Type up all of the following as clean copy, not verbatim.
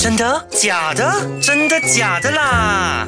真的？假的？真的假的啦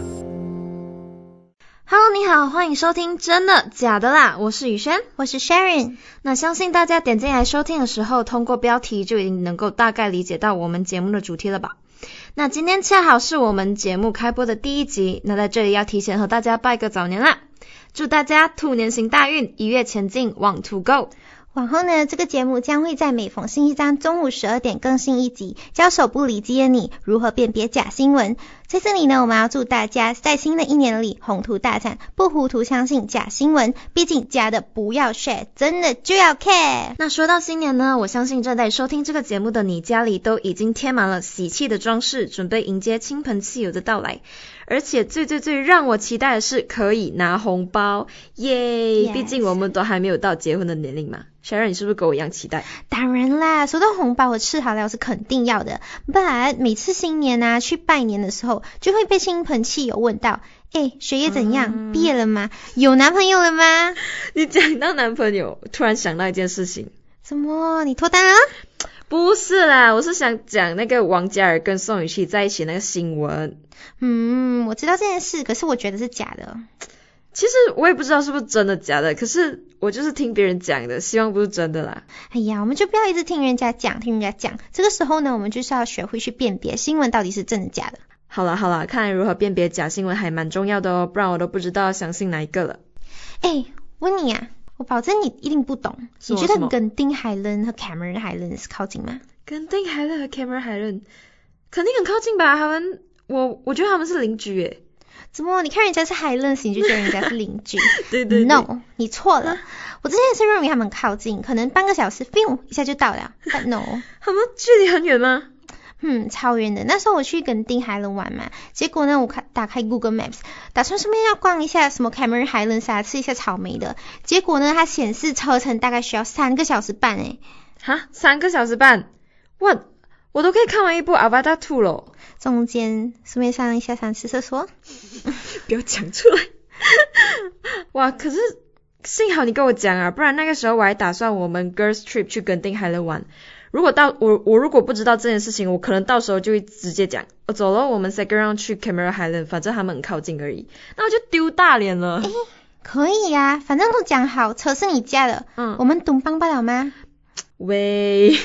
？Hello， 你好，欢迎收听真的假的啦，我是雨轩， 我是 Sharon。 那相信大家点进来收听的时候，通过标题就已经能够大概理解到我们节目的主题了吧？那今天恰好是我们节目开播的第一集，那在这里要提前和大家拜个早年啦，祝大家兔年行大运，一跃前进 ，Want to go。 往后呢，这个节目将会在每逢星期三中午12点更新一集，教手不离机的你如何辨别假新闻。在这里呢，我们要祝大家在新的一年里宏图大展，不糊涂相信假新闻，毕竟假的不要 share， 真的就要 care。 那说到新年呢，我相信正在收听这个节目的你家里都已经贴满了喜气的装饰，准备迎接亲朋戚友的到来。而且最让我期待的是可以拿红包，耶！毕竟我们都还没有到结婚的年龄嘛。Sharon， 你是不是跟我一样期待？ 当然啦，说到红包，我吃好料是肯定要的。But 每次新年啊，去拜年的时候，就会被亲朋戚友问到，学业怎样？毕业了吗？有男朋友了吗？ 你讲到男朋友，突然想到一件事情。 什么？你脱单了？ 不是啦，我是想讲那个王嘉尔跟宋雨琦在一起那个新闻。 我知道这件事，可是我觉得是假的。 其实我也不知道是不是真的假的，可是我就是听别人讲的，希望不是真的啦。 哎呀，我们就不要一直听人家讲。这个时候呢，我们就是要学会去辨别新闻到底是真的假的。 好啦，看来如何辨别假新闻还蛮重要的哦，不然我都不知道相信哪一个了。 问你啊，我保证你一定不懂。你觉得垦丁海伦和 Cameron Highlands 靠近吗？ 垦丁海伦和 Cameron Highlands 肯定很靠近吧？他们，我觉得他们是邻居耶。 怎么？你看人家是 Highlands， 你就觉得人家是邻居？ 对 No， 你错了。我之前也是认为他们靠近，可能半个小时 ，biu 一下就到了。But no， 他们距离很远吗？ 超远的。那时候我去垦丁海伦玩嘛，结果呢，我打开 Google Maps， 打算顺便要逛一下什么 Cameron Highlands 啊，吃一下草莓的。结果呢，它显示车程大概需要3个小时半诶。 哈，3个小时半？哇，我都可以看完一部 Avatar 2了。 中间顺便上一下3次厕所。 不要讲出来。哇，可是幸好你跟我讲啊，不然那个时候我还打算我们 Girls Trip 去垦丁海伦玩。如果不知道这件事情，我可能到时候就会直接讲，走了，我们 second round 去 Cameron Highlands， 反正他们很靠近而已，那我就丢大脸了。 可以呀，反正都讲好，车是你家的，我们懂帮不了吗？ 喂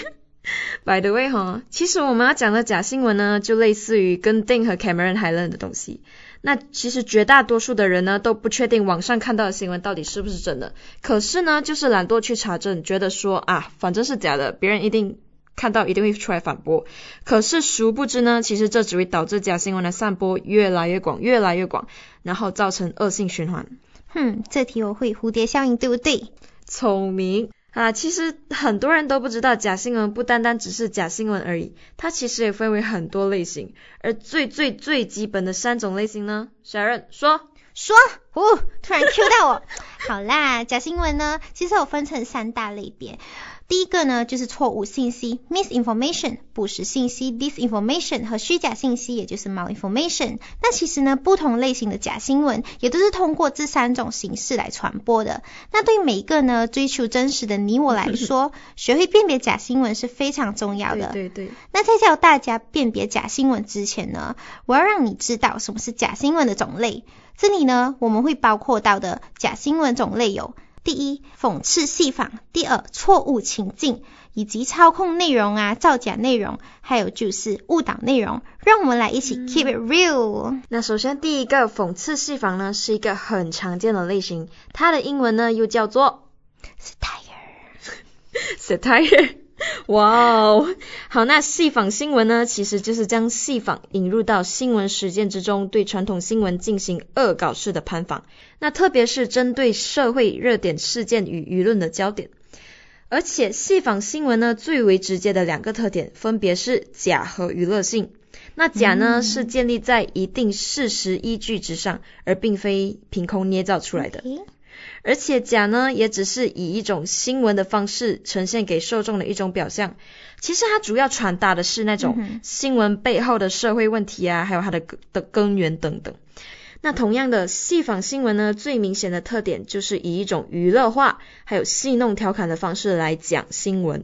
，by the way 其实我们要讲的假新闻呢，就类似于垦丁和 Cameron Highlands 的东西。那其实绝大多数的人呢都不确定网上看到的新闻到底是不是真的，可是呢就是懒惰去查证，觉得说反正是假的，别人一定看到一定会出来反驳。可是殊不知呢，其实这只会导致假新闻的散播越来越广，然后造成恶性循环。 这题我会，蝴蝶效应对不对？ 聪明。其实很多人都不知道假新闻不单单只是假新闻而已，它其实也分为很多类型，而最基本的3种类型呢，小人说， 突然 Q 到我。好啦，假新闻呢，其实有分成3大类别。第一个呢，就是错误信息 misinformation， 不实信息 disinformation 和虚假信息，也就是 malinformation。那其实呢，不同类型的假新闻也都是通过这3种形式来传播的。那对每一个呢追求真实的你我来说，学会辨别假新闻是非常重要的。 对。 那在教大家辨别假新闻之前呢，我要让你知道什么是假新闻的种类。这里呢，我们会包括到的假新闻种类有：第一，讽刺戏仿；第二，错误情境，以及操控内容造假内容，还有就是误导内容。让我们来一起 keep it real。 那首先第一个讽刺戏仿呢，是一个很常见的类型，它的英文呢又叫做 satire。哇哦，好，那戏仿新闻呢，其实就是将戏仿引入到新闻实践之中，对传统新闻进行恶搞式的攀访。那特别是针对社会热点事件与舆论的焦点。而且戏仿新闻呢，最为直接的2个特点，分别是假和娱乐性。那假呢，是建立在一定事实依据之上，而并非凭空捏造出来的。而且假呢，也只是以一种新闻的方式呈现给受众的一种表象，其实它主要传达的是那种新闻背后的社会问题还有它的根源等等。那同样的，戏仿新闻呢，最明显的特点就是以一种娱乐化还有戏弄调侃的方式来讲新闻。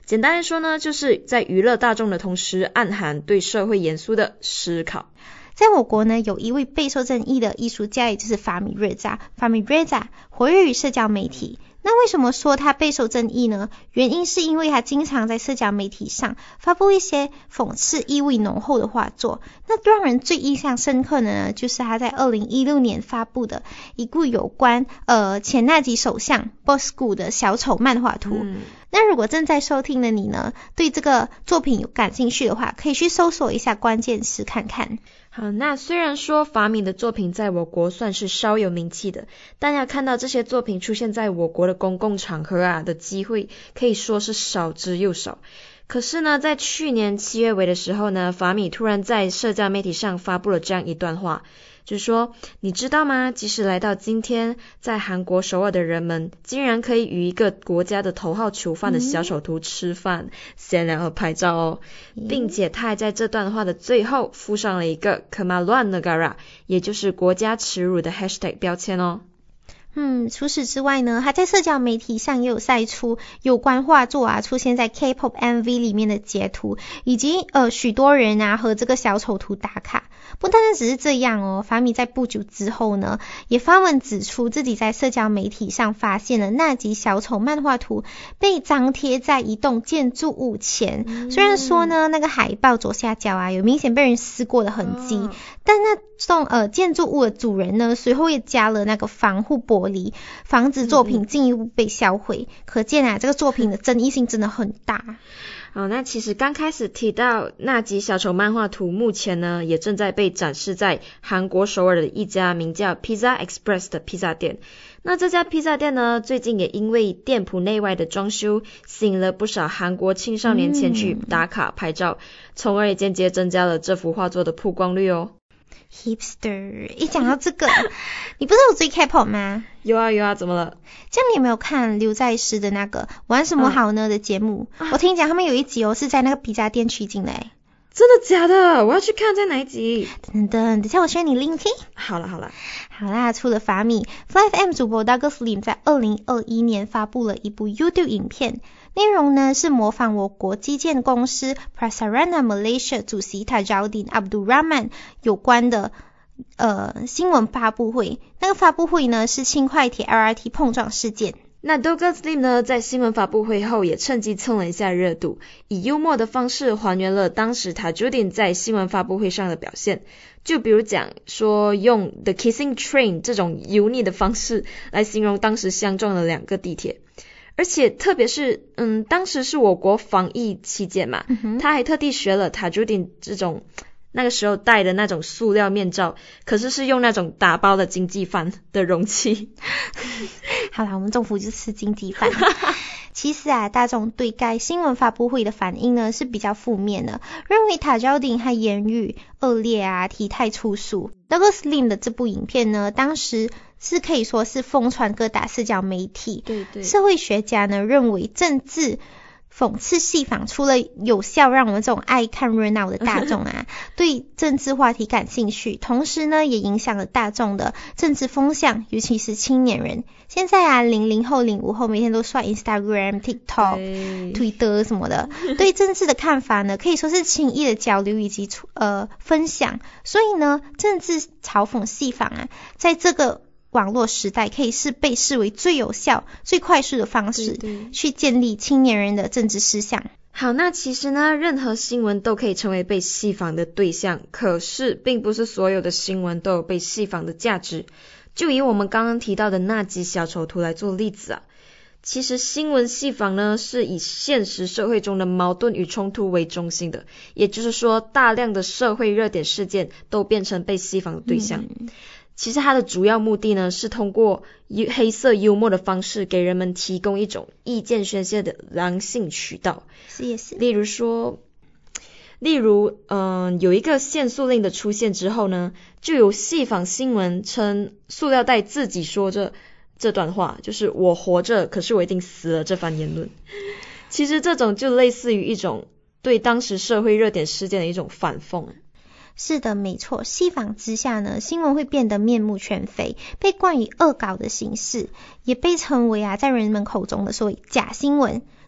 简单来说呢，就是在娱乐大众的同时暗含对社会严肃的思考。 在我国呢，有一位备受争议的艺术家，也就是法米瑞扎。法米瑞扎活跃于社交媒体。那为什么说他备受争议呢？原因是因为他经常在社交媒体上发布一些讽刺意味浓厚的画作。那让人最印象深刻的呢，就是他在2016年发布的一部有关前纳吉首相 Bosco 的小丑漫画图。那如果正在收听的你呢，对这个作品有感兴趣的话，可以去搜索一下关键词看看。 好，那虽然说法米的作品在我国算是稍有名气的，但要看到这些作品出现在我国的公共场合的机会可以说是少之又少。可是呢，在去年7月尾的时候呢，法米突然在社交媒体上发布了这样一段话，就是说，你知道吗？即使来到今天，在韩国首尔的人们竟然可以与一个国家的头号囚犯的小丑图吃饭、闲聊和拍照哦，并且他还在这段话的最后附上了一个 Kemaluan Negara， 也就是国家耻辱的 hashtag 标签哦。 除此之外呢，他在社交媒体上也有晒出有关画作出现在 K-pop MV 里面的截图，以及许多人和这个小丑图打卡。不单单只是这样哦，法米在不久之后呢，也发文指出自己在社交媒体上发现了纳吉小丑漫画图被张贴在一栋建筑物前。虽然说呢，那个海报左下角有明显被人撕过的痕迹，但那栋建筑物的主人呢，随后也加了那个防护玻璃，防止作品进一步被销毁。可见这个作品的争议性真的很大。 那其实刚开始提到纳吉小丑漫画图，目前呢也正在被展示在韩国首尔的一家名叫 Pizza Express 的披萨店。那这家披萨店呢，最近也因为店铺内外的装修，吸引了不少韩国青少年前去打卡拍照，从而也间接增加了这幅画作的曝光率哦。 Hipster， 一讲到这个，你不是有追 K-pop 吗？ 有啊，怎么了？ 这样你有没有看刘在石的那个玩什么好呢的节目？我听讲他们有一集是在那个披萨店取景的真的假的？我要去看，在哪一集？ 等一下我share你 link。 好啦， 除了法米 FlyFM 主播 Douglas Lim 在2021年发布了一部 YouTube 影片，内容呢是模仿我国基建公司 Prasarana Malaysia 主席 Tajudin Abdul Rahman 有关的新闻发布会。那个发布会呢是轻快铁 LRT 碰撞事件。 那 Douglas Lim 呢，在新闻发布会后也趁机蹭了一下热度，以幽默的方式还原了当时Tajudin在新闻发布会上的表现。就比如讲说用 The Kissing Train 这种油腻的方式来形容当时相撞的2个地铁。而且特别是当时是我国防疫期间嘛，他还特地学了Tajudin这种那个时候戴的那种塑料面罩，可是用那种打包的经济饭的容器。 好啦，我们政府就吃经济饭。其实大众对该新闻发布会的反应呢是比较负面的，认为Tajudin他言语恶劣体态粗俗。Douglas Lim 的这部影片呢，当时是可以说是疯传各大社交媒体。对，社会学家呢认为政治讽刺戏仿除了有效让我们这种爱看热闹的大众对政治话题感兴趣，同时呢也影响了大众的政治风向，尤其是青年人。现在00后05后每天都刷 Instagram、TikTok、Twitter 什么的，对政治的看法呢可以说是轻易的交流以及分享。所以呢，政治嘲讽戏仿在这个网络时代可以是被视为最有效、最快速的方式去建立青年人的政治思想。 好，那其实呢，任何新闻都可以成为被戏仿的对象，可是并不是所有的新闻都有被戏仿的价值。就以我们刚刚提到的纳吉小丑图来做例子其实新闻戏仿呢是以现实社会中的矛盾与冲突为中心的，也就是说大量的社会热点事件都变成被戏仿的对象。其实它的主要目的呢是通过黑色幽默的方式给人们提供一种意见宣泄的良性渠道。 也是。 例如有一个限塑令的出现之后呢，就有戏仿新闻称塑料袋自己说着这段话，就是我活着可是我一定死了这番言论。其实这种就类似于一种对当时社会热点事件的一种反讽。 是的，没错，戏仿之下呢，新闻会变得面目全非，被冠以恶搞的形式，也被称为在人们口中的所谓假新闻。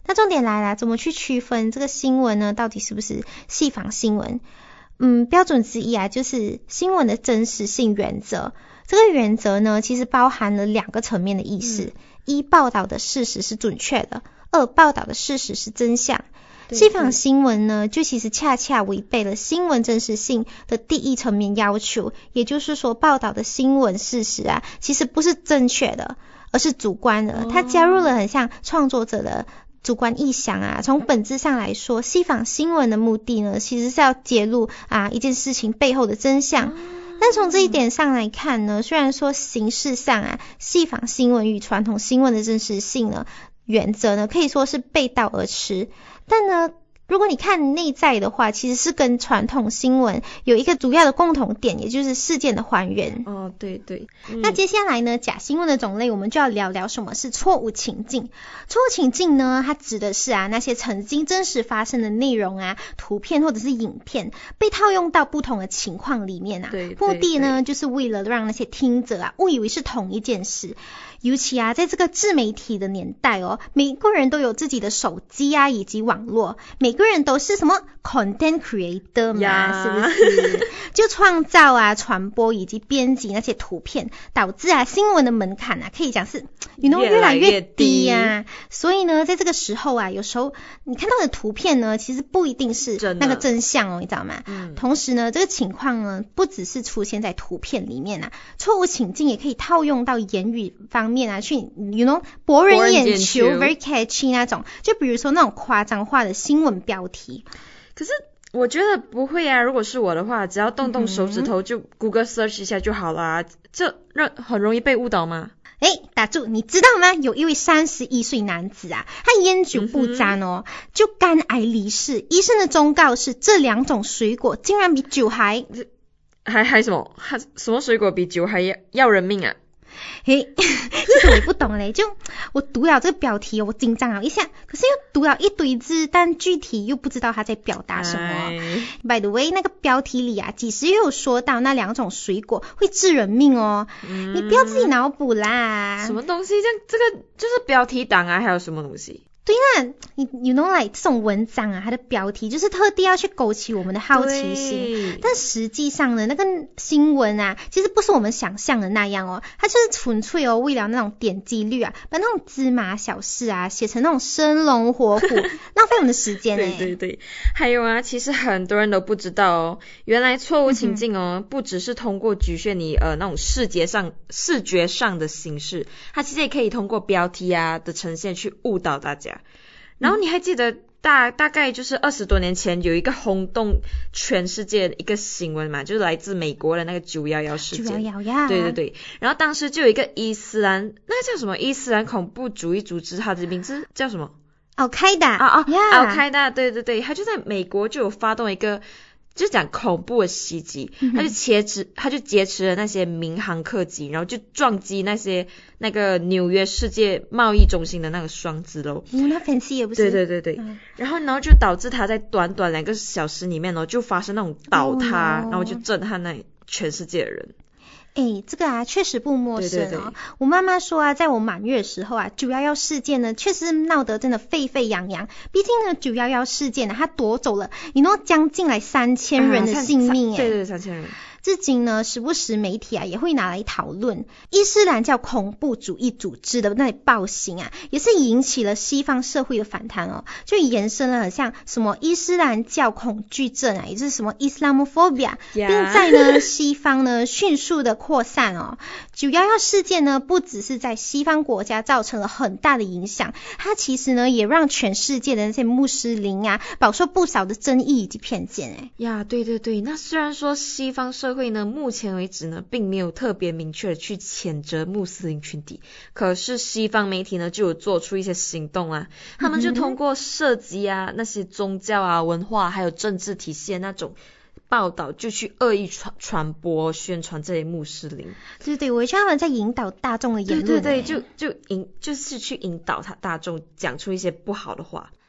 那重点来了，怎么去区分这个新闻呢？到底是不是戏仿新闻？标准之一啊，就是新闻的真实性原则。这个原则呢，其实包含了2个层面的意思。一，报道的事实是准确的；二，报道的事实是真相。戏仿新闻呢，就其实恰恰违背了新闻真实性的第一层面要求，也就是说，报道的新闻事实啊，其实不是正确的，而是主观的。它加入了很像创作者的主观臆想啊。从本质上来说，戏仿新闻的目的呢，其实是要揭露一件事情背后的真相。但从这一点上来看呢，虽然说形式上戏仿新闻与传统新闻的真实性呢原则呢可以说是背道而驰，但呢如果你看内在的话，其实是跟传统新闻有一个主要的共同点，也就是事件的还原。 对对。 那接下来呢，假新闻的种类我们就要聊聊什么是错误情境。错误情境呢，它指的是那些曾经真实发生的内容图片或者是影片被套用到不同的情况里面对， 目的呢就是为了让那些听者误以为是同一件事。尤其在这个自媒体的年代每个人都有自己的手机以及网络，每个人都是什么 content creator 嘛，是不是？就创造传播以及编辑那些图片，导致新闻的门槛可以讲是越来越低所以呢，在这个时候有时候你看到的图片呢，其实不一定是那个真相你知道吗？同时呢，这个情况呢，不只是出现在图片里面错误情境也可以套用到言语方面去博人眼球 very catchy 那种，就比如说那种夸张化的新闻标题。 可是我觉得不会如果是我的话，只要动动手指头就 Google search 一下就好了这很容易被误导吗？ 打住，你知道吗？有一位31岁男子他烟酒不沾就肝癌离世，医生的忠告是这2种水果竟然比酒还什么？什么水果比酒还要人命其实我也不懂嘞，就我读了这个标题我紧张了一下，可是又读了一堆字，但具体又不知道他在表达什么。By the way， 那个标题里其实又有说到那2种水果会致人命你不要自己脑补啦。 什么东西？这个就是标题党还有什么东西？ 对啦，you know like 这种文章它的标题就是特地要去勾起我们的好奇心，但实际上呢，那个新闻其实不是我们想象的那样它就是纯粹为了那种点击率把那种芝麻小事写成那种生龙活虎浪费我们的时间对，还有其实很多人都不知道原来错误情境不只是通过局限你那种视觉上的形式，它其实也可以通过标题的呈现去误导大家。然后你还记得大概就是20多年前有一个轰动全世界的一个新闻嘛，就是来自美国的那个911事件。 911 对，然后当时就有一个伊斯兰恐怖主义组织，它的名字叫什么 ？Al-Qaeda Al-Qaeda 对，他就在美国就有发动一个就是讲恐怖的袭击，他就劫持了那些民航客机，然后就撞击那个纽约世界贸易中心的那个双子楼。 那fancy也不是。 对，然后就导致他在短短2个小时里面就发生那种倒塌，然后就震撼那全世界的人。 这个确实不陌生对。 我妈妈说在我满月的时候911事件呢，确实闹得真的沸沸扬扬。毕竟呢，911事件它夺走了将近来3000人的性命对，3000人。 至今呢，时不时媒体也会拿来讨论伊斯兰教恐怖主义组织的那里暴行也是引起了西方社会的反弹就延伸了很像什么伊斯兰教恐惧症也就是什么 Islamophobia， 并在呢西方呢迅速的扩散911事件呢，不只是在西方国家造成了很大的影响，它其实呢也让全世界的那些穆斯林饱受不少的争议以及偏见对，那虽然说西方社会呢目前为止呢并没有特别明确的去谴责穆斯林群体，可是西方媒体呢就有做出一些行动他们就通过涉及那些宗教文化还有政治体系的那种报道，就去恶意传播宣传这些穆斯林。 对，我觉得他们在引导大众的言论。 对，就是去引导大众讲出一些不好的话。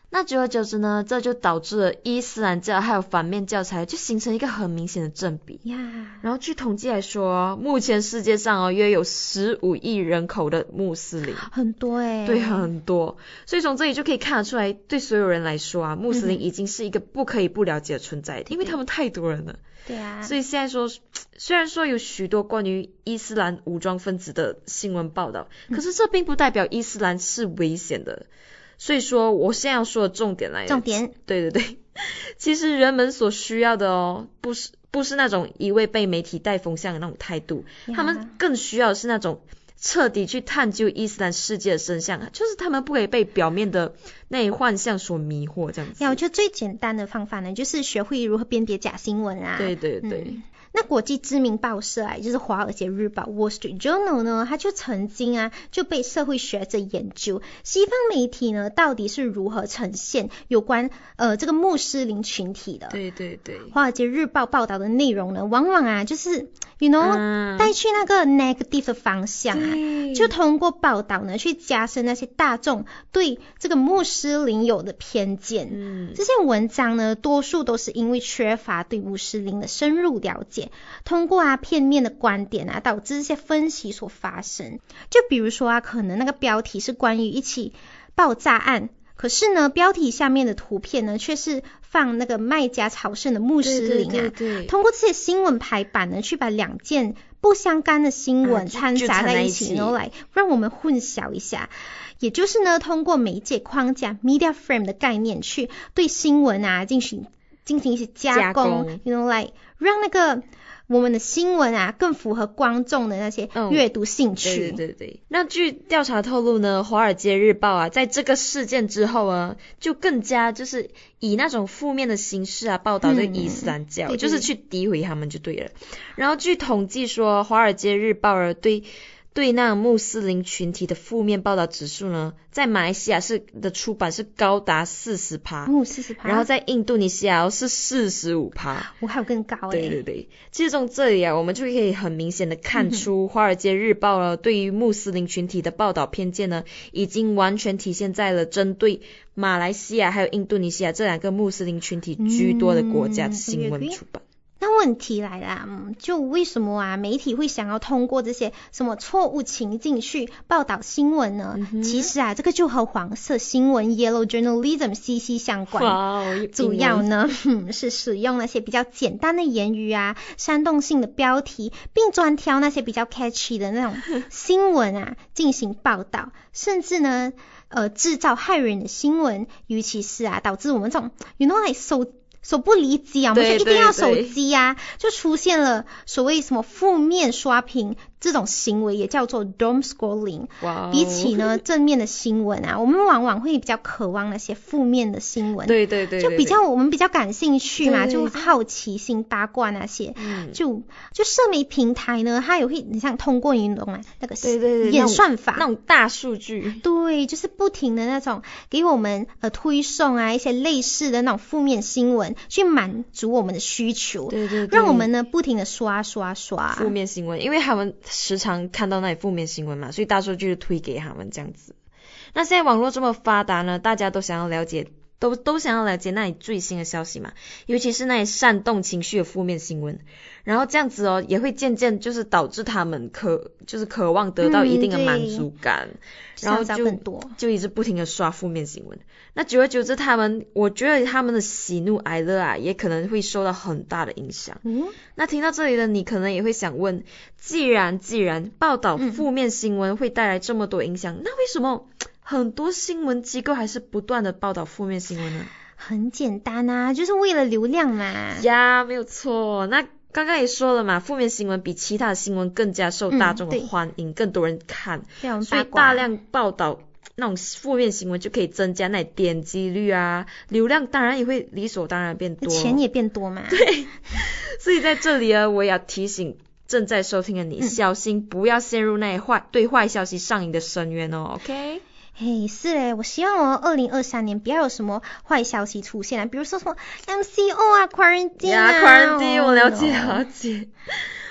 那久而久之呢，这就导致了伊斯兰教还有反面教材就形成一个很明显的正比。然后据统计来说，目前世界上约有15亿人口的穆斯林， 很多对，很多。所以从这里就可以看得出来，对所有人来说啊，穆斯林已经是一个不可以不了解的存在，因为他们太多人了。 对啊， 所以现在说，虽然说有许多关于伊斯兰武装分子的新闻报道，可是这并不代表伊斯兰是危险的。所以说我现在要说的重点来了，对，其实人们所需要的不是那种一味被媒体带风向的那种态度，他们更需要的是那种彻底去探究伊斯兰世界的真相，就是他们不可以被表面的那一幻象所迷惑这样子。 我觉得最简单的方法呢，就是学会如何辨别假新闻啊。 对。 那国际知名报社啊，就是华尔街日报 Wall Street Journal 呢，它就曾经就被社会学者研究西方媒体呢到底是如何呈现有关这个穆斯林群体的。 对。 华尔街日报报道的内容呢，往往就是带去那个 negative 的方向就通过报道呢去加深那些大众对这个穆斯林有的偏见。这些文章呢，多数都是因为缺乏对穆斯林的深入了解，通过片面的观点导致这些分歧所发生。就比如说可能那个标题是关于一起爆炸案，可是呢标题下面的图片呢却是放那个麦加朝圣的穆斯林对。 通过这些新闻排版呢，去把两件不相干的新闻掺杂在一起，然后来让我们混淆一下。也就是呢，通过媒介框架 media frame 的概念去对新闻进行一些加工来让那个我们的新闻更符合观众的那些阅读兴趣。 对。那据调查透露呢，华尔街日报在这个事件之后就更加就是以那种负面的形式报道这个伊斯兰教，就是去诋毁他们就对了。然后据统计说，华尔街日报对那穆斯林群体的负面报道指数呢，在马来西亚的出版是高达 40%，40%，然后在印度尼西亚是 45%， 还有更高对。其实从这里我们就可以很明显的看出，华尔街日报对于穆斯林群体的报道偏见呢，已经完全体现在了针对马来西亚还有印度尼西亚这两个穆斯林群体居多的国家的新闻出版。 那问题来了，就为什么媒体会想要通过这些什么错误情境去报道新闻呢？其实这个就和黄色新闻 Yellow Journalism 息息相关。主要呢是使用那些比较简单的言语煽动性的标题，并专挑那些比较 catchy 的那种新闻进行报道，甚至呢制造害人的新闻，尤其是导致我们这种手不离机我们就一定要手机就出现了所谓什么负面刷屏这种行为，也叫做 doom scrolling。比起呢正面的新闻我们往往会比较渴望那些负面的新闻。 对， 就我们比较感兴趣嘛，就好奇心八卦那些。就社媒平台呢，它也会你像通过那个演算法那种大数据， 对，就是不停的那种给我们推送一些类似的那种负面新闻，去满足我们的需求。 对， 让我们呢不停的刷负面新闻，因为他们时常看到那里负面新闻嘛，所以大数据就推给他们这样子。那现在网络这么发达呢，大家都想要了解都想要了解那里最新的消息嘛，尤其是那里煽动情绪的负面新闻，然后这样子也会渐渐就是导致他们渴望得到一定的满足感，然后就一直不停的刷负面新闻。那久而久之，我觉得他们的喜怒哀乐也可能会受到很大的影响。那听到这里的你可能也会想问，既然报道负面新闻会带来这么多影响，那为什么很多新闻机构还是不断的报道负面新闻呢？ 很简单就是为了流量嘛。 没有错。那刚刚也说了嘛，负面新闻比其他的新闻更加受大众的欢迎，更多人看，所以大量报道那种负面新闻就可以增加那点击率流量当然也会理所当然变多， 钱也变多嘛。 对，所以在这里我也要提醒正在收听的你，小心不要陷入那对坏消息上瘾的深渊OK？ 是我希望2023年不要有什么坏消息出现比如说什么 MCO quarantine quarantine 我了解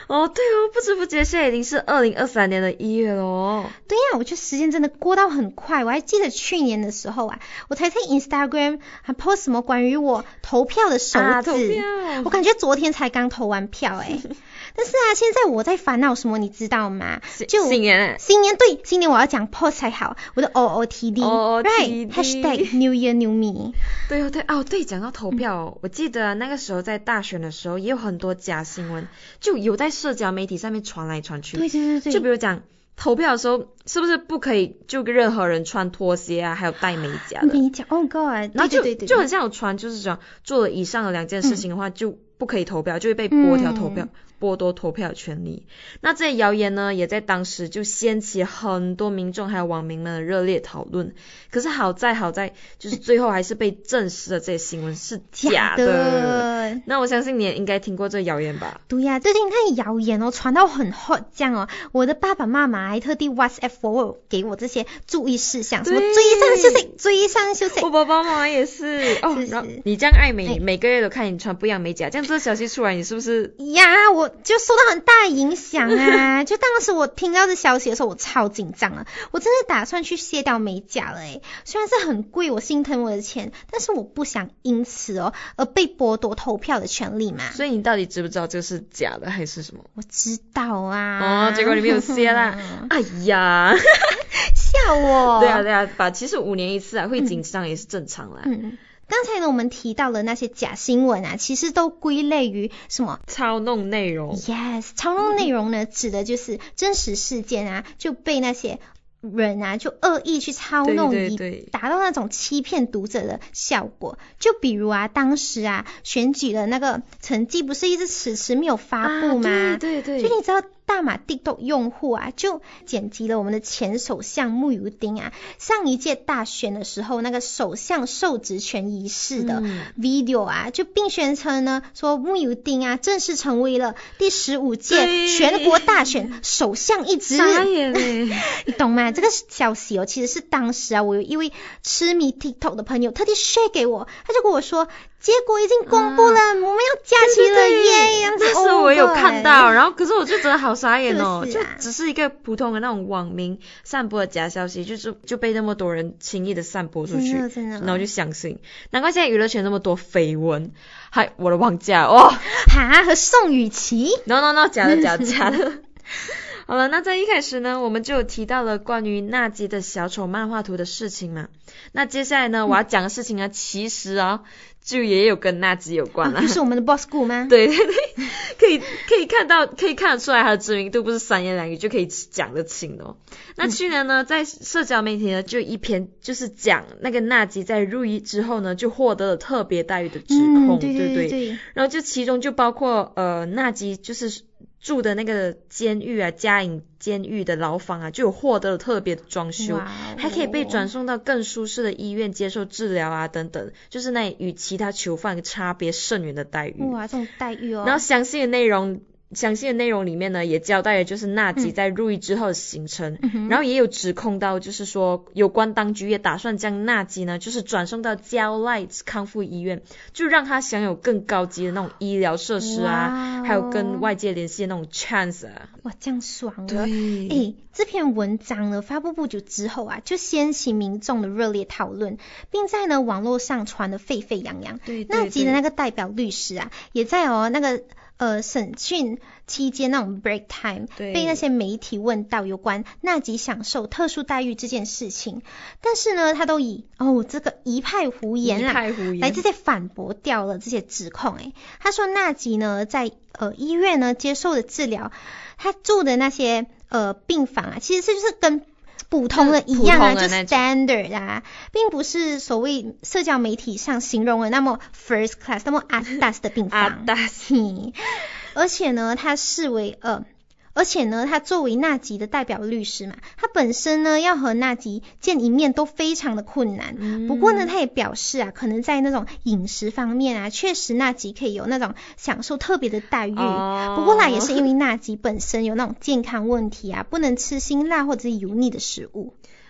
哦，对哦，不知不觉现在已经是2023年的1月了哦。 对呀，我觉得时间真的过到很快。我还记得去年的时候啊，我才在 Instagram 还 post 什么关于我投票的手指， 投票， 我感觉昨天才刚投完票但是啊，现在我在烦恼什么，你知道吗？就新年对，新年我要讲 post 才好，我的 OOTD，right #New Year New Me。 对，讲到投票我记得那个时候在大选的时候也有很多假新闻，就有在社交媒体上面传来传去。 对， 就比如讲投票的时候是不是不可以就任何人穿拖鞋啊，还有戴美甲的。 美甲 ，Oh God， 然后对， 就很像有传，就是讲做了以上的2件事情的话，就不可以投票，就会被剥夺投票权利。那这些谣言呢，也在当时就掀起很多民众还有网民们的热烈讨论。可是好在，就是最后还是被证实了这些新闻是假的。那我相信你也应该听过这谣言吧？ 对呀，最近看谣言传到很 hot 这样我的爸爸妈妈还特地 WhatsApp forward 给我这些注意事项，什么追上休息。 我爸爸妈妈也是然后你这样爱美，每个月都看你穿不一样美甲，这样这消息出来，你是不是呀？我就受到很大的影响啊！就当时我听到这消息的时候，我超紧张了，我真的打算去卸掉美甲了虽然是很贵，我心疼我的钱，但是我不想因此而被剥夺投票的权利嘛。 所以你到底知不知道这是假的还是什么？ 我知道啊。 结果你没有卸啦。哎呀， 笑我。 对啊，其实5年一次会紧张也是正常啦。 刚才呢，我们提到了那些假新闻啊，其实都归类于什么？ 操弄内容。 Yes， 操弄内容呢，指的就是真实事件啊，就被那些人啊，就恶意去操弄，以达到那种欺骗读者的效果。就比如啊，当时啊，选举的那个成绩不是一直迟迟没有发布吗？ 对。 就你知道大马 TikTok 用户啊，就剪辑了我们的前首相慕尤丁啊，上一届大选的时候那个首相受职权仪式的 video 啊，就并宣称呢，说慕尤丁啊正式成为了第15届全国大选首相一职。 傻眼你懂吗？这个消息其实是当时啊，我有一位痴迷 TikTok 的朋友特地 share 给我，他就跟我说结果已经公布了，我们要假期了耶！ 那时候我有看到，然后可是我就真的好傻眼就只是一个普通的那种网民散播的假消息，就被那么多人轻易的散播出去，然后就相信。难怪现在娱乐圈那么多绯闻，我的忘记了和宋雨琦 No， 假的。好了，那在一开始呢，我们就有提到了关于纳吉的小丑漫画图的事情嘛。那接下来呢，我要讲的事情呢，其实就也有跟纳吉有关啦。 就是我们的 Boss 谷吗？ 对，可以看得出来他的知名度不是3言2语就可以讲得清的那去年呢，在社交媒体呢，就一篇就是讲那个纳吉在入狱之后呢，就获得了特别待遇的指控，对。然后就其中就包括纳吉就是住的那个监狱啊，嘉颖监狱的牢房啊，就有获得了特别的装修，还可以被转送到更舒适的医院接受治疗啊，等等，就是那与其他囚犯差别甚远的待遇。 哇，这种待遇然后详细的内容里面呢，也交代了就是纳吉在入狱之后的行程，然后也有指控到就是说有关当局也打算将纳吉呢就是转送到焦赖康复医院，就让他享有更高级的那种医疗设施啊，还有跟外界联系的那种 chance 啊。 哇，这样爽了。 对， 这篇文章呢发布不久之后啊，就掀起民众的热烈讨论，并在呢网络上传得沸沸扬扬。 对， 纳吉的那个代表律师啊，也在那个审讯期间那种 break time 被那些媒体问到有关纳吉享受特殊待遇这件事情，但是呢他都以这个一派胡言来直接反驳掉了这些指控。他说纳吉呢在医院呢接受的治疗，他住的那些病房啊，其实就是跟普通的一样啊，就 standard 啊，并不是所谓社交媒体上形容的那么 first class 那么阿达斯的病房。而且呢他作为纳吉的代表律师嘛，他本身呢要和纳吉见一面都非常的困难。不过呢他也表示啊，可能在那种饮食方面啊，确实纳吉可以有那种享受特别的待遇。不过啦，也是因为纳吉本身有那种健康问题啊，不能吃辛辣或者是油腻的食物。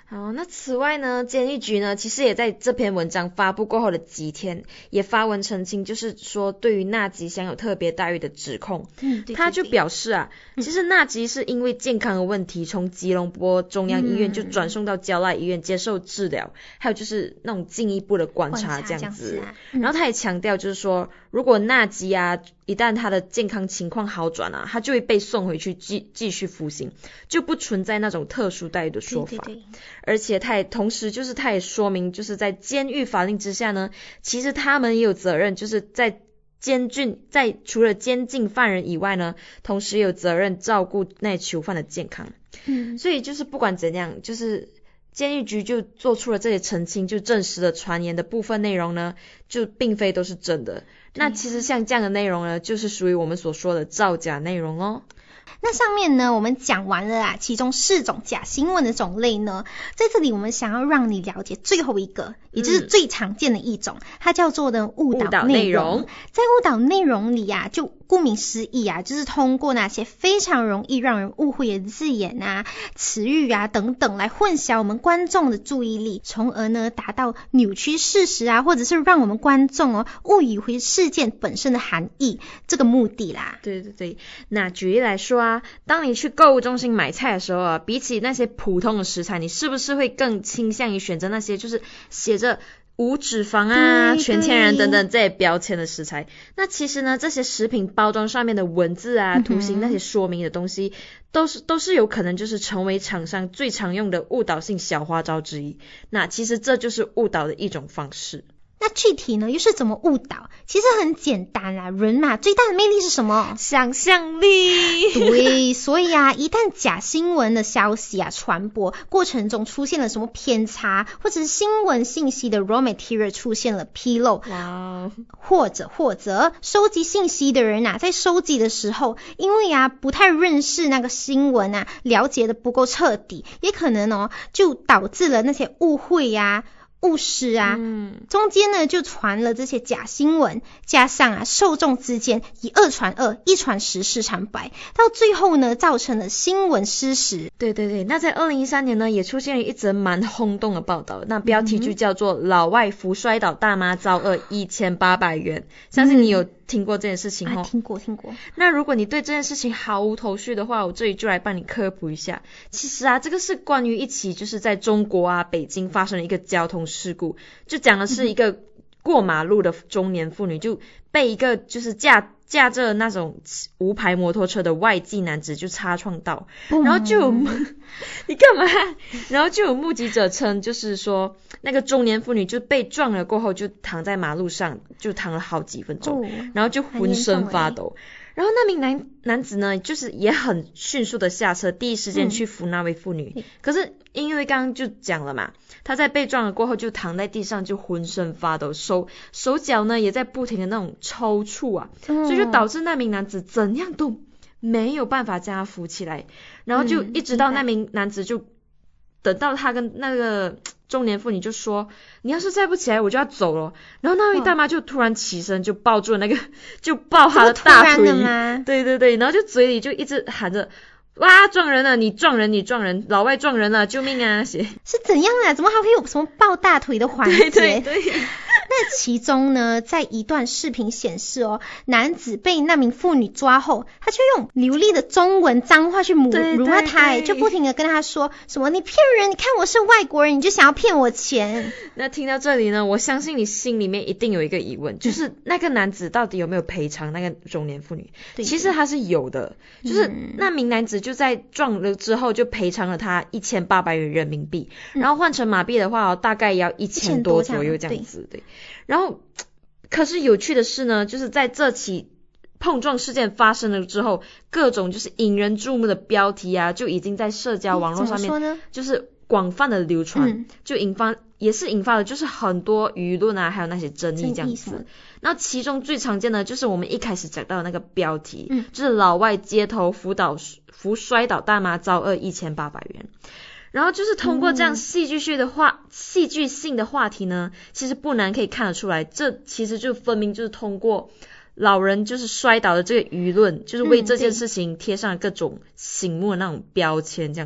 好，那此外呢，监狱局呢其实也在这篇文章发布过后的几天也发文澄清，就是说对于纳吉享有特别待遇的指控。 对他就表示啊，其实纳吉是因为健康的问题，从吉隆坡中央医院就转送到交大医院接受治疗，还有就是那种进一步的观察这样子。然后他也强调就是说，如果纳吉啊一旦他的健康情况好转啊，他就会被送回去继续服刑，就不存在那种特殊待遇的说法。 对。 而且他也说明，就是在监狱法令之下呢，其实他们也有责任，就是在除了监禁犯人以外呢，同时也有责任照顾那囚犯的健康。所以就是不管怎样，就是监狱局就做出了这些澄清，就证实了传言的部分内容呢，就并非都是真的。那其实像这样的内容呢，就是属于我们所说的造假内容哦。 那上面呢，我们讲完了其中4种假新闻的种类呢，在这里我们想要让你了解最后一个，也就是最常见的一种，它叫做的误导内容。在误导内容里就顾名思义就是通过那些非常容易让人误会的字眼词语等等来混淆我们观众的注意力，从而呢达到扭曲事实或者是让我们观众误以为事件本身的含义这个目的啦。 对，那举例来说当你去购物中心买菜的时候比起那些普通的食材，你是不是会更倾向于选择那些就是写着无脂肪全天然等等这些标签的食材？那其实呢，这些食品包装上面的文字图形那些说明的东西都是有可能就是成为厂商最常用的误导性小花招之一。那其实这就是误导的一种方式。 那具体呢又是怎么误导？其实很简单啦，人嘛最大的魅力是什么？ 想象力。 对，所以一旦假新闻的消息传播过程中出现了什么偏差，或者是新闻信息的 raw material 出现了纰漏，或者收集信息的人在收集的时候，因为不太认识那个新闻了解的不够彻底，也可能就导致了那些误会误事中间呢就传了这些假新闻，加上受众之间以2传2，1传10，10传100，到最后呢造成了新闻失实。 对，那在2013年呢也出现了一则蛮轰动的报道，那标题就叫做老外扶摔倒大妈遭厄1800元，相信你有听过这件事情听过。 那如果你对这件事情毫无头绪的话，我这里就来帮你科普一下。其实这个是关于一起就是在中国北京发生了一个交通事故，就讲的是一个过马路的中年妇女就被一个就是驾着那种无牌摩托车的外籍男子就擦撞到，然后就有你干嘛？然后就有目击者称，就是说那个中年妇女就被撞了过后就躺在马路上，就躺了好几分钟，然后就浑身发抖。然后那名男子呢，就是也很迅速的下车，第一时间去扶那位妇女。可是因为刚刚就讲了嘛，他在被撞了过后就躺在地上，就浑身发抖，手脚呢也在不停的那种抽搐所以就导致那名男子怎样都没有办法将他扶起来，然后就一直到那名男子就等到他跟那个中年妇女就说，你要是再不起来我就要走了，然后那位大妈就突然起身就抱住了就抱他的大腿，对，然后就嘴里就一直喊着哇撞人了，你撞人，老外撞人了，救命啊！是怎样怎么还会有什么抱大腿的环节？ 对那其中呢，在一段视频显示男子被那名妇女抓后，他就用流利的中文脏话去辱骂他，就不停的跟他说什么你骗人，你看我是外国人，你就想要骗我钱。 那听到这里呢，我相信你心里面一定有一个疑问，就是那个男子到底有没有赔偿那个中年妇女？其实他是有的，就是那名男子就在撞了之后就赔偿了他1800元人民币，然后换成马币的话大概也要1000多左右这样子。对，然后可是有趣的是呢，就是在这起碰撞事件发生了之后，各种就是引人注目的标题就已经在社交网络上面就是广泛的流传，就引发了就是很多舆论还有那些争议这样子。然后其中最常见的就是我们一开始讲到的那个标题，就是老外街头扶摔倒大妈遭厄1800元。然后就是通过这样戏剧性的话题呢，其实不难可以看得出来，这其实就分明就是通过老人就是摔倒的这个舆论，就是为这件事情贴上各种醒目的那种标签这样子。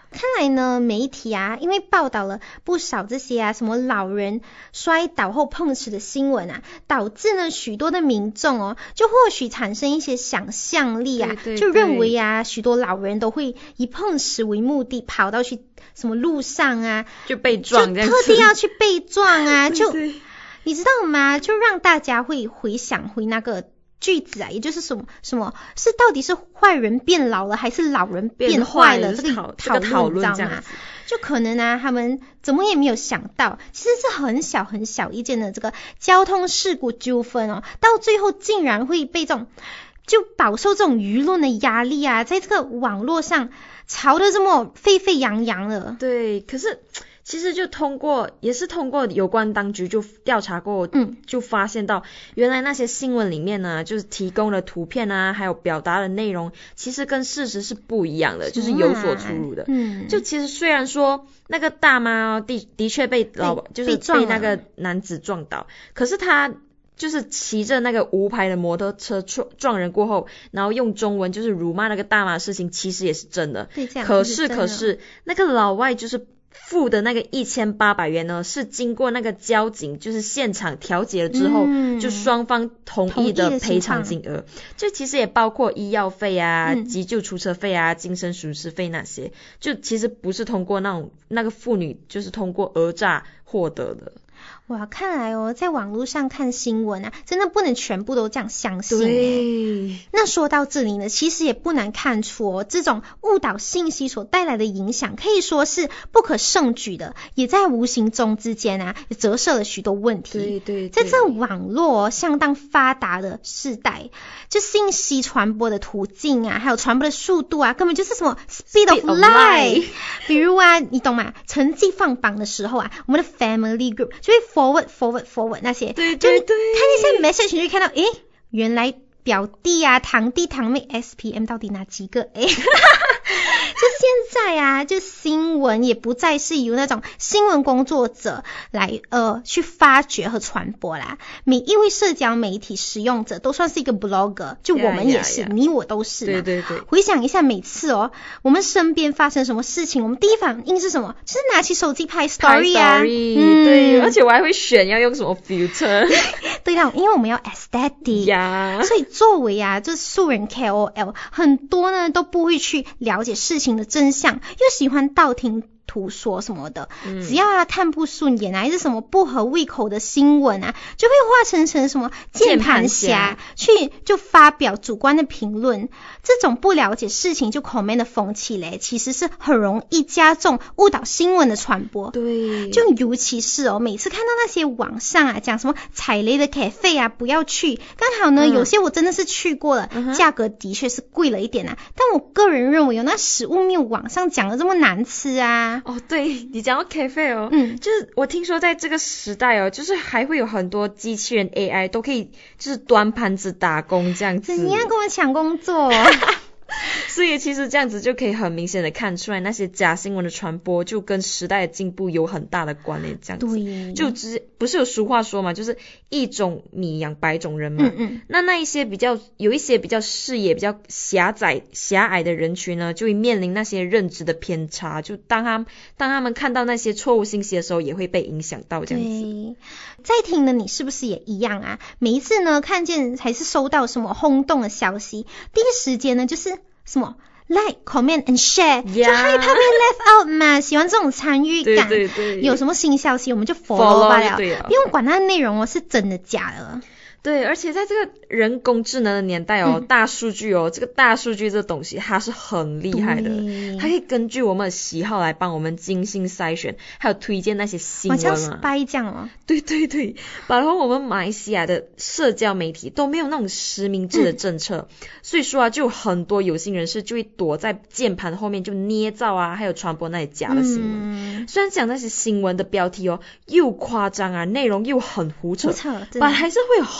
看来呢，媒体啊，因为报道了不少这些啊什么老人摔倒后碰瓷的新闻啊，导致呢许多的民众哦，就或许产生一些想象力啊， 对就认为啊，许多老人都会以碰瓷为目的跑到去什么路上啊， 就被撞这样子， 就特地要去被撞啊，就对你知道吗？就让大家会回想回那个句子啊，也就是什么是到底是坏人变老了，还是老人变坏了？这个讨论这样子，就可能啊，他们怎么也没有想到，其实是很小很小一件的这个交通事故纠纷哦，到最后竟然会被就饱受这种舆论的压力啊，在这个网络上吵得这么沸沸扬扬了。 对，可是其实也是通过有关当局就调查过，就发现到原来那些新闻里面呢，就是提供的图片啊，还有表达的内容，其实跟事实是不一样的，就是有所出入的。就其实虽然说那个大妈的确被那个男子撞倒，可是他就是骑着那个无牌的摩托车撞人过后，然后用中文就是辱骂那个大妈的事情，其实也是真的。 对，这样可是那个老外就是付的那个1800元呢，是经过那个交警就是现场调解了之后，就双方同意的赔偿金额，就其实也包括医药费啊、急救出车费啊、精神损失费那些，就其实不是通过那个妇女就是通过讹诈获得的。 哇，看来哦，在网络上看新闻啊，真的不能全部都这样相信。 对， 那说到这里呢，其实也不难看出哦，这种误导信息所带来的影响，可以说是不可胜举的，也在无形中之间啊，也折射了许多问题。 对， 在这网络相当发达的时代，就信息传播的途径啊，还有传播的速度啊，根本就是什么 speed of light。比如啊，你懂吗？成绩放榜的时候啊，我们的 family group 就会forward 那些， 对， 就你看那些 message 你就看到，诶，原来表弟啊、堂弟堂妹 SPM 到底哪几个？诶就现在啊，就新闻也不再是由那种新闻工作者来去发掘和传播啦。每一位社交媒体使用者都算是一个 blogger， 就我们也是，你我都是嘛。 对。 回想一下，每次哦，我们身边发生什么事情，我们第一反应是什么？就是拿起手机拍 story 啊。 对，而且我还会选要用什么 filter。 对的，因为我们要 aesthetic 呀， 所以作为啊，就是素人 KOL， 很多呢都不会去了解事情的真相，又喜欢道听途说什么的，只要啊看不顺眼啊，还是什么不合胃口的新闻啊，就会化成什么键盘侠去就发表主观的评论。这种不了解事情就 comment 的风气嘞，其实是很容易加重误导新闻的传播。 对， 就尤其是哦，每次看到那些网上啊讲什么踩雷的 cafe 啊不要去，刚好呢有些我真的是去过了，价格的确是贵了一点啊，但我个人认为有那食物没有网上讲的这么难吃啊。 哦，对，你讲到 cafe 哦，就是我听说在这个时代哦，就是还会有很多机器人 AI 都可以就是端盘子打工这样子。 你要跟我抢工作所以其实这样子就可以很明显的看出来，那些假新闻的传播就跟时代的进步有很大的关联。这样子， 对， 就不是有俗话说嘛，就是一种米养百种人嘛。那一些有一些比较视野比较狭隘的人群呢，就会面临那些认知的偏差，就当他们看到那些错误信息的时候，也会被影响到这样子。 对，在听的你是不是也一样啊？每一次呢看见还是收到什么轰动的消息，第一时间呢就是什么 like, comment and share， 就害怕被 left out 嘛，喜欢这种参与感。对，有什么新消息我们就 follow 罢了，不用管它的内容是真的假的。 对，而且在这个人工智能的年代哦，大数据哦，这个大数据这东西它是很厉害的，它可以根据我们的喜好来帮我们精心筛选，还有推荐那些新闻啊。 像 spy 这样哦。 对，然后我们马来西亚的社交媒体都没有那种实名制的政策，所以说啊，就有很多有心人士就会躲在键盘后面就捏造啊，还有传播那些假的新闻。虽然讲那些新闻的标题哦又夸张啊，内容又很胡扯，但还是会有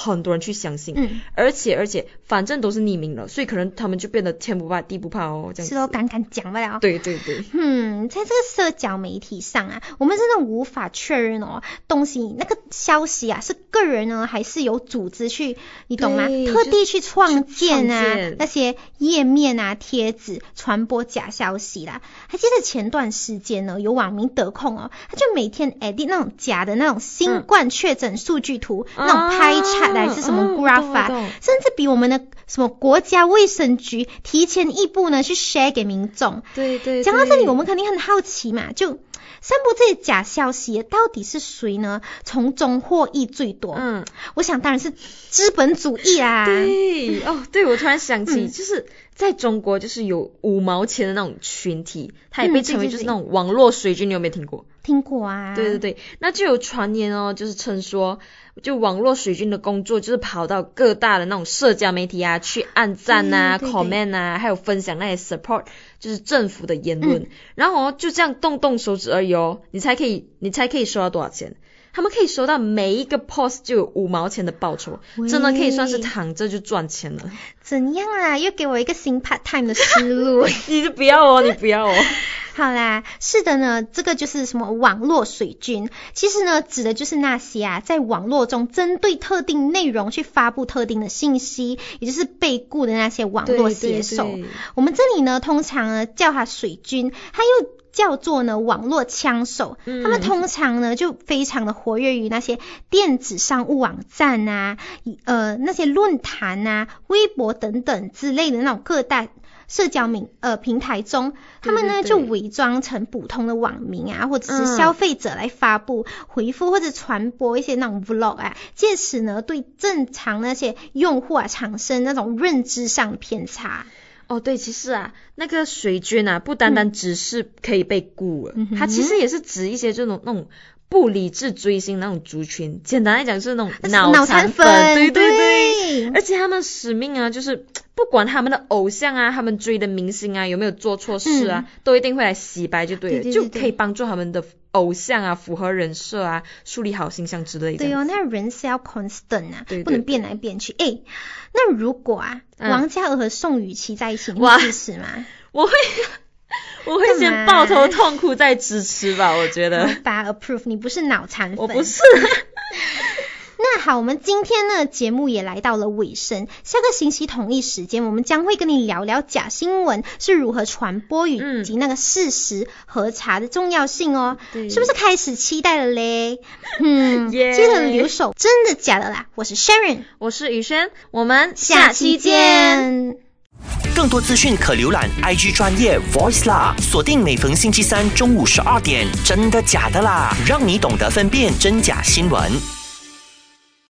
很多人去相信，而且反正都是匿名了，所以可能他们就变得天不怕地不怕哦，这样子。 是都敢讲不了。 对。 在这个社交媒体上啊，我们真的无法确认东西那个消息啊是个人呢还是有组织去，你懂吗？特地去创建啊那些页面啊帖子传播假消息啦。还记得前段时间呢，有网民得空他就每天 edit 那种假的那种新冠确诊数据图，那种拍chart还是什么 graph 甚至比我们的什么国家卫生局提前一步呢去 share 给民众。 对。 讲到这里，我们肯定很好奇嘛，就散布这些假消息到底是谁呢？从中获益最多？我想当然是资本主义啦。 对，我突然想起，就是在中国就是有5毛钱的那种群体，它也被称为就是那种网络水军，你有没有听过？ 听过啊。 对，那就有传言就是称说，就网络水军的工作就是跑到各大的那种社交媒体啊，去按赞啊、comment 啊，还有分享那些 support 就是政府的言论，然后就这样动手指而已你才可以收到多少钱？他们可以收到每一个 post 就有5毛钱的报酬，真的可以算是躺着就赚钱了。 怎样啊？又给我一个新 part time 的思路。 你不要你不要好啦，是的呢，这个就是什么网络水军，其实呢指的就是那些在网络中针对特定内容去发布特定的信息，也就是被雇的那些网络写手。我们这里呢通常呢叫他水军，他又叫做呢网络枪手，他们通常呢就非常的活跃于那些电子商务网站啊，那些论坛啊、微博等等之类的那种各大社交平台中，他们呢就伪装成普通的网民啊，或者是消费者来发布、回复或者传播一些那种 vlog 啊，借此呢对正常那些用户产生那种认知上的偏差。 对，其实那个水军不单单只是可以被雇它其实也是指一些这种那种不理智追星那种族群，简单来讲是那种脑残粉。对，而且他们使命就是不管他们的偶像他们追的明星有没有做错事都一定会来洗白就对了，就可以帮助他们的偶像符合人设树立好形象之类的。 对那人是要 constant 不能变来变去。那如果王嘉尔和宋雨琦在一起，你会支持吗？ 我会先抱头痛哭再支持吧，我觉得。 approve， 你不是脑残粉。 我不是。 那好，我们今天呢节目也来到了尾声，下个星期同一时间我们将会跟你聊聊假新闻是如何传播以及那个事实核查的重要性是不是开始期待了嘞？记得留守真的假的啦。我是 Sharon， 我是宇轩，我们下期见。 更多资讯可浏览 IG 专业 Voice 啦，锁定每逢星期三中午12点，真的假的啦，让你懂得分辨真假新闻。